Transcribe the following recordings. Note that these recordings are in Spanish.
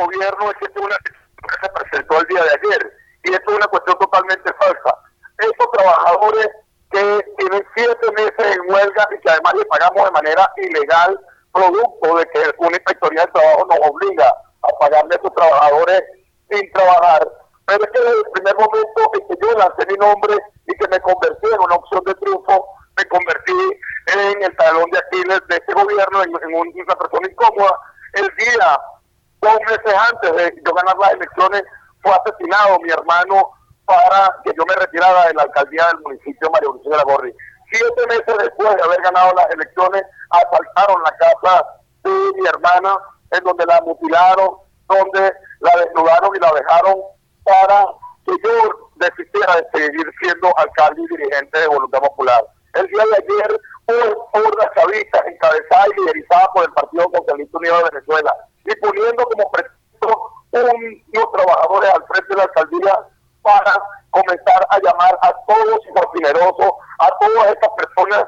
gobierno es que es una situación que se presentó el día de ayer, y esto es una cuestión totalmente falsa. Estos trabajadores que tienen 7 meses en huelga y que además le pagamos de manera ilegal, producto de que una inspectoría de trabajo nos obliga a pagarle a esos trabajadores sin trabajar. Pero es que desde el primer momento en que yo lancé mi nombre y que me convertí en una opción de triunfo, me convertí en el talón de Aquiles de este gobierno, en una persona incómoda. El día, 2 meses antes de yo ganar las elecciones, fue asesinado mi hermano para que yo me retirara de la alcaldía del municipio María Auxilio Iragorri. 7 meses después de haber ganado las elecciones, asaltaron la casa de mi hermana, en donde la mutilaron, donde la desnudaron y la dejaron para que yo desistiera de seguir siendo alcalde y dirigente de Voluntad Popular. El día de ayer hubo hordas chavistas encabezadas y liderizadas por el Partido Socialista Unido de Venezuela y poniendo como pretexto unos trabajadores al frente de la alcaldía para comenzar a llamar a todos los jardinerosos, a todas estas personas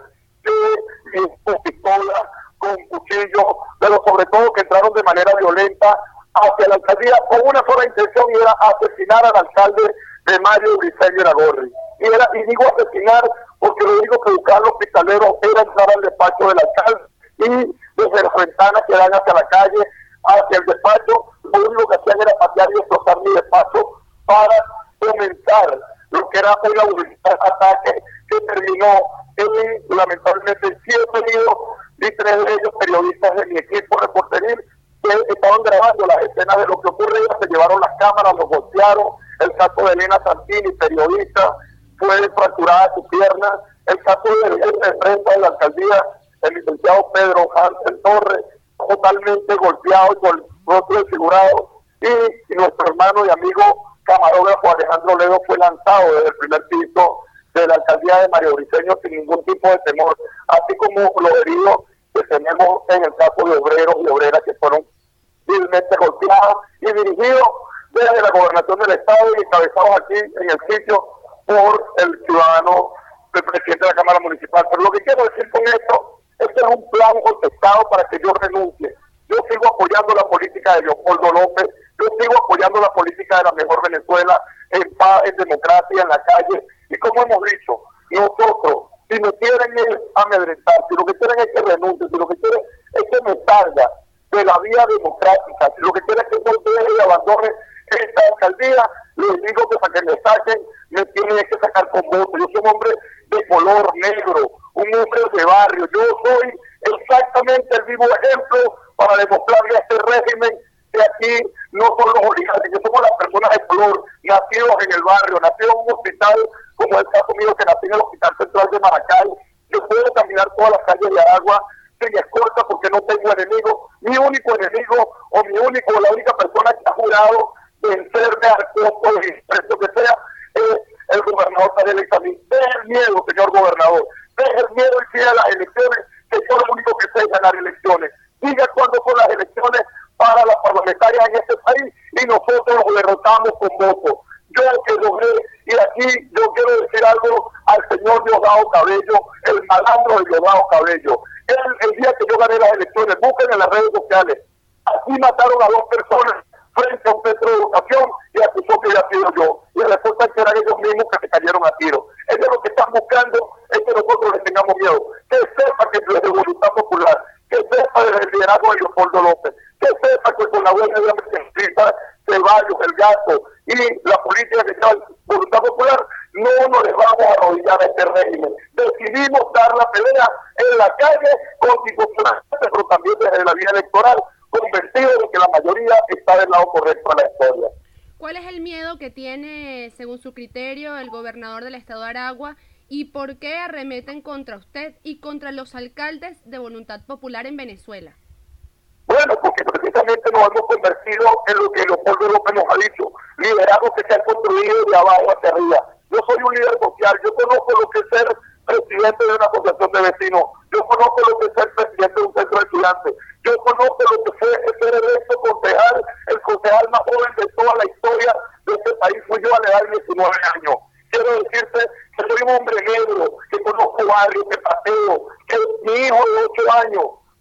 con pistolas, con cuchillos, pero sobre todo que entraron de manera violenta hacia la alcaldía con una sola intención, y era asesinar al alcalde de Mario Briceño Iragorri. Y digo asesinar porque lo único que buscaban los pistaleros era entrar al despacho del alcalde, y desde las ventanas que dan hacia la calle, hacia el despacho, lo único que hacían era patear y destrozar mi despacho para comenzar lo que era un ataque que terminó en, lamentablemente, 7 heridos y 3 de ellos periodistas de mi equipo reporteril que estaban grabando las escenas de lo que ocurría. Se llevaron las cámaras, los golpearon. El caso de Elena Santini, periodista, fue fracturada su pierna. El caso del jefe de prensa de la alcaldía, el licenciado Pedro Hansen Torres, totalmente golpeado y con el rostro desfigurado. Y nuestro hermano y amigo camarógrafo Alejandro Ledo fue lanzado desde el primer piso de la alcaldía de Mario Briceño sin ningún tipo de temor, así como los heridos que tenemos en el caso de obreros y obreras que fueron vilmente golpeados y dirigidos desde la gobernación del estado y encabezados aquí en el sitio por el ciudadano del presidente de la Cámara Municipal. Pero lo que quiero decir con esto es que es un plan orquestado para que yo renuncie. Yo sigo apoyando la política de Leopoldo López, yo sigo apoyando la política de la mejor Venezuela, en paz, en democracia, en la calle, y como hemos dicho, nosotros, si me quieren amedrentar, si lo que quieren es que renuncie, si lo que quieren es que me salga de la vía democrática, si lo que quieren es que yo deje y abandone esta alcaldía, les digo que para que me saquen, me tienen que sacar con voto. Yo soy un hombre de color negro, un hombre de barrio, yo soy exactamente el vivo ejemplo para demostrarle a este régimen que aquí no son los oligarcas, que somos las personas de color, nacidos en el barrio, nacidos en un hospital, como el caso mío que nací en el Hospital Central de Maracay. Yo puedo caminar todas las calles de Aragua sin escolta porque no tengo enemigo. Mi único enemigo o la única persona que ha jurado vencerme al costo del precio que sea es el gobernador Daniel Examín. Deje el miedo, señor gobernador, deje el miedo y siga las elecciones, que yo lo único que sé es ganar elecciones. Diga cuándo son las elecciones para las parlamentarias en este país y nosotros los derrotamos con votos. Yo que logré, y aquí yo quiero decir algo al señor Diosdado Cabello, el malandro de Diosdado Cabello. El día que yo gané las elecciones, busquen en las redes sociales, aquí mataron a 2 personas frente a un centro de educación y acusó que había sido yo. Y resulta que eran ellos mismos que se cayeron a tiro. Ellos lo que están buscando es que nosotros les tengamos miedo. Que sepa que desde Voluntad Popular, que sepa desde el liderazgo de Leopoldo López, que sepa que con la buena idea de Ceballos, el Gato y la política que lleva Voluntad Popular, no nos les vamos a arrodillar a este régimen. Decidimos dar la pelea en la calle constitucionalmente, pero también desde la vía electoral, convencido de que la mayoría está del lado correcto de la historia. ¿Cuál es el miedo que tiene, según su criterio, el gobernador del estado de Aragua y por qué arremeten contra usted y contra los alcaldes de Voluntad Popular en Venezuela? Bueno, porque precisamente nos hemos convertido en lo que Leopoldo López nos ha dicho, liderazgos que se han construido de abajo hacia arriba. Yo soy un líder social, yo conozco lo que es ser presidente de una asociación de vecinos, yo conozco lo que es ser presidente de un centro de estudiantes, yo conozco lo que fue ser electo concejal, el concejal más joven de toda la historia de este país fui yo a la edad de 19 años. Quiero decirte que soy un hombre negro, que conozco barrios, que paseo, que mi hijo de 8 años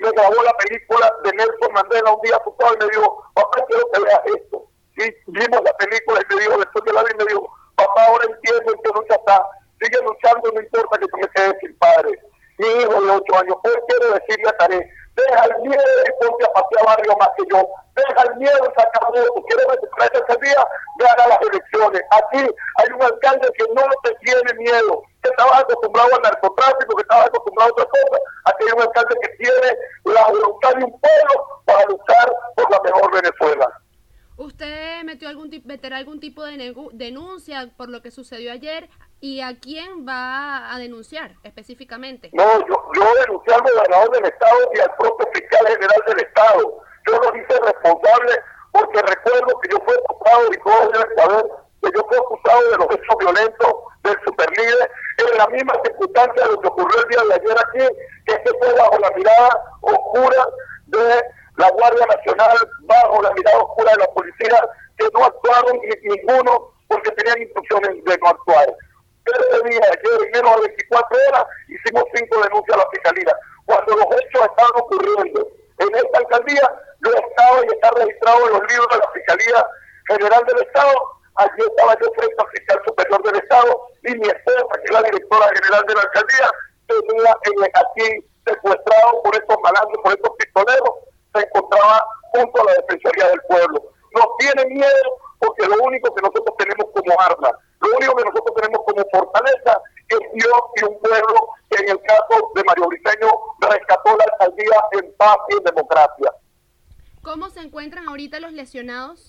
me grabó la película de Nelson Mandela un día asustado y me dijo, papá, quiero que veas esto. Y vimos la película y me dijo, después de la vi, me dijo, papá, ahora entiendo en qué lucha está, sigue luchando, no importa que tú me quedes sin padre. Mi hijo de 8 años, hoy quiero decirle a Tarek, deja el miedo y ponte a pasear barrio más que yo, deja el miedo y saca votos, quieres recuperar ese día, gana las elecciones. Aquí hay un alcalde que no te tiene miedo, que estaba acostumbrado al narcotráfico, que estaba acostumbrado a otra cosa. Aquí hay un alcalde que tiene la voluntad de un pueblo para luchar por la mejor Venezuela. ¿Usted meterá algún tipo de denuncia por lo que sucedió ayer? ¿Y a quién va a denunciar específicamente? No, yo denuncié al gobernador del estado y al propio fiscal general del estado. Yo lo hice responsable porque recuerdo que yo fui acusado, y todos deben saber que yo fui acusado de los hechos violentos del superlíder en la misma circunstancia de lo que ocurrió el día de ayer aquí, que este fue bajo la mirada oscura de la Guardia Nacional, bajo la mirada oscura de la policía, que no actuaron ninguno porque tenían instrucciones de no actuar. Pero ese día, ayer, en menos de 24 horas, hicimos 5 denuncias a la fiscalía. Cuando los hechos estaban ocurriendo en esta alcaldía, yo estaba y está registrado en los libros de la Fiscalía General del Estado. Allí estaba yo frente al fiscal superior del Estado y mi esposa, que es la directora general de la alcaldía, tenía aquí secuestrado por estos malandros, por estos pistoleros, se encontraba junto a la Defensoría del Pueblo. Nos tienen miedo porque lo único que nosotros tenemos como arma, lo único que nosotros tenemos como fortaleza es Dios y un pueblo que en el caso de Mario Briceño rescató la alcaldía en paz y en democracia. ¿Cómo se encuentran ahorita los lesionados?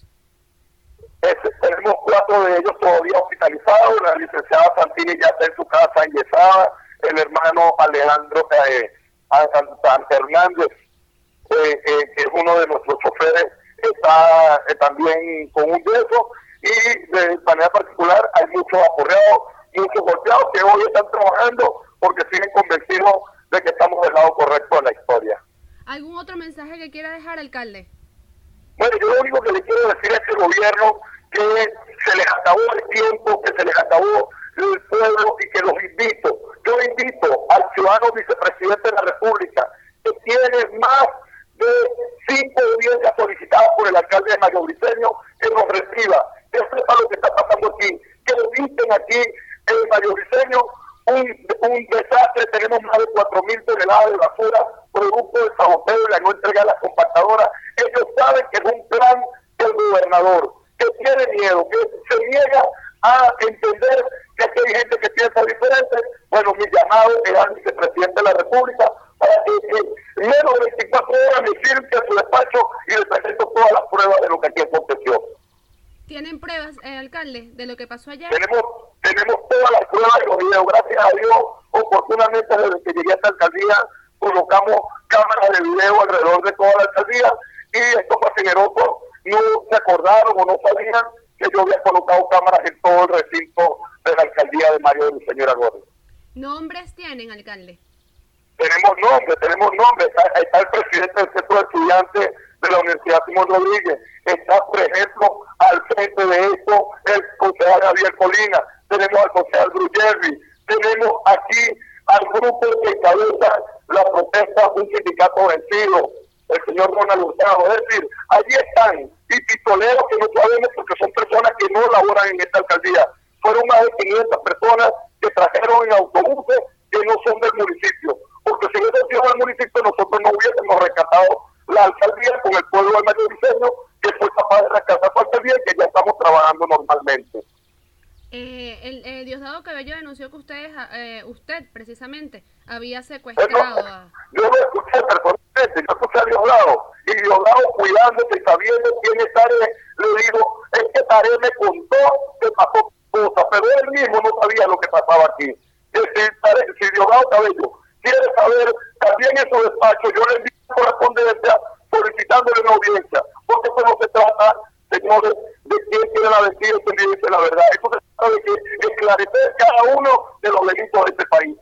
Tenemos 4 de ellos todavía hospitalizados. La licenciada Santini ya está en su casa enyesada. El hermano Alejandro Hernández, que es uno de nuestros choferes, está también con un yeso. Y de manera particular hay muchos aporreados, muchos golpeados que hoy están trabajando porque siguen convencidos de que estamos del lado correcto de la historia. ¿Algún otro mensaje que quiera dejar, alcalde? Bueno, yo lo único que le quiero decir a este gobierno que se les acabó el tiempo, que se les acabó el pueblo y que los invito. Yo invito al ciudadano vicepresidente de la República que tiene más de 5 audiencias solicitadas por el alcalde de Mario Briceño, que nos reciba, que sepa lo que está pasando aquí, que eviten aquí en Mario Briceño un desastre. Tenemos más de 4.000 toneladas de basura producto del saboteo y la no entrega a las compactadoras. Ellos saben que es un plan del gobernador, que tiene miedo, que se niega a entender que aquí hay gente que piensa diferente. Bueno, mi llamado es al vicepresidente de la República para que en menos de 24 horas me firme a su despacho y le presento todas las pruebas de lo que aquí aconteció. ¿Tienen pruebas, alcalde, de lo que pasó ayer? Tenemos todas las pruebas de los videos. Gracias a Dios, oportunamente desde que llegué a esta alcaldía, colocamos cámaras de video alrededor de toda la alcaldía y estos pacinerosos no se acordaron o no sabían que yo había colocado cámaras en todo el recinto de la alcaldía de Mario Briceño Iragorri. ¿Nombres tienen, alcalde? Tenemos nombres. Está el presidente del Centro de Estudiantes de la Universidad Simón Rodríguez. Está, por ejemplo, al frente de esto el concejal Javier Colina. Tenemos al concejal Bruyerri. Tenemos aquí al grupo que encabeza la protesta, un sindicato vencido, el señor Ronald Hurtado. Es decir, allí están, y pistoleros que no sabemos porque son personas que no laboran en esta alcaldía. Fueron más de 500 personas que trajeron en autobuses que no son del municipio. Porque si hubiesen sido del municipio, nosotros no hubiésemos rescatado la alcaldía con el pueblo de Mario Briceño, que fue capaz de rescatar su alcaldía y que ya estamos trabajando normalmente. Diosdado Cabello denunció que usted precisamente había secuestrado a... Yo lo escuché personalmente, yo escuché a Diosdado, y Diosdado cuidándose y sabiendo quién es Tarek, le digo, es que Tarek me contó que pasó cosas, pero él mismo no sabía lo que pasaba aquí. Si Diosdado Cabello quiere saber, también en su despacho, yo le envío correspondencia solicitándole una audiencia, porque esto no se trata, señores, de quién tiene la mentira y quién dice la verdad. Esto se trata de que esclarecer cada uno de los delitos de este país.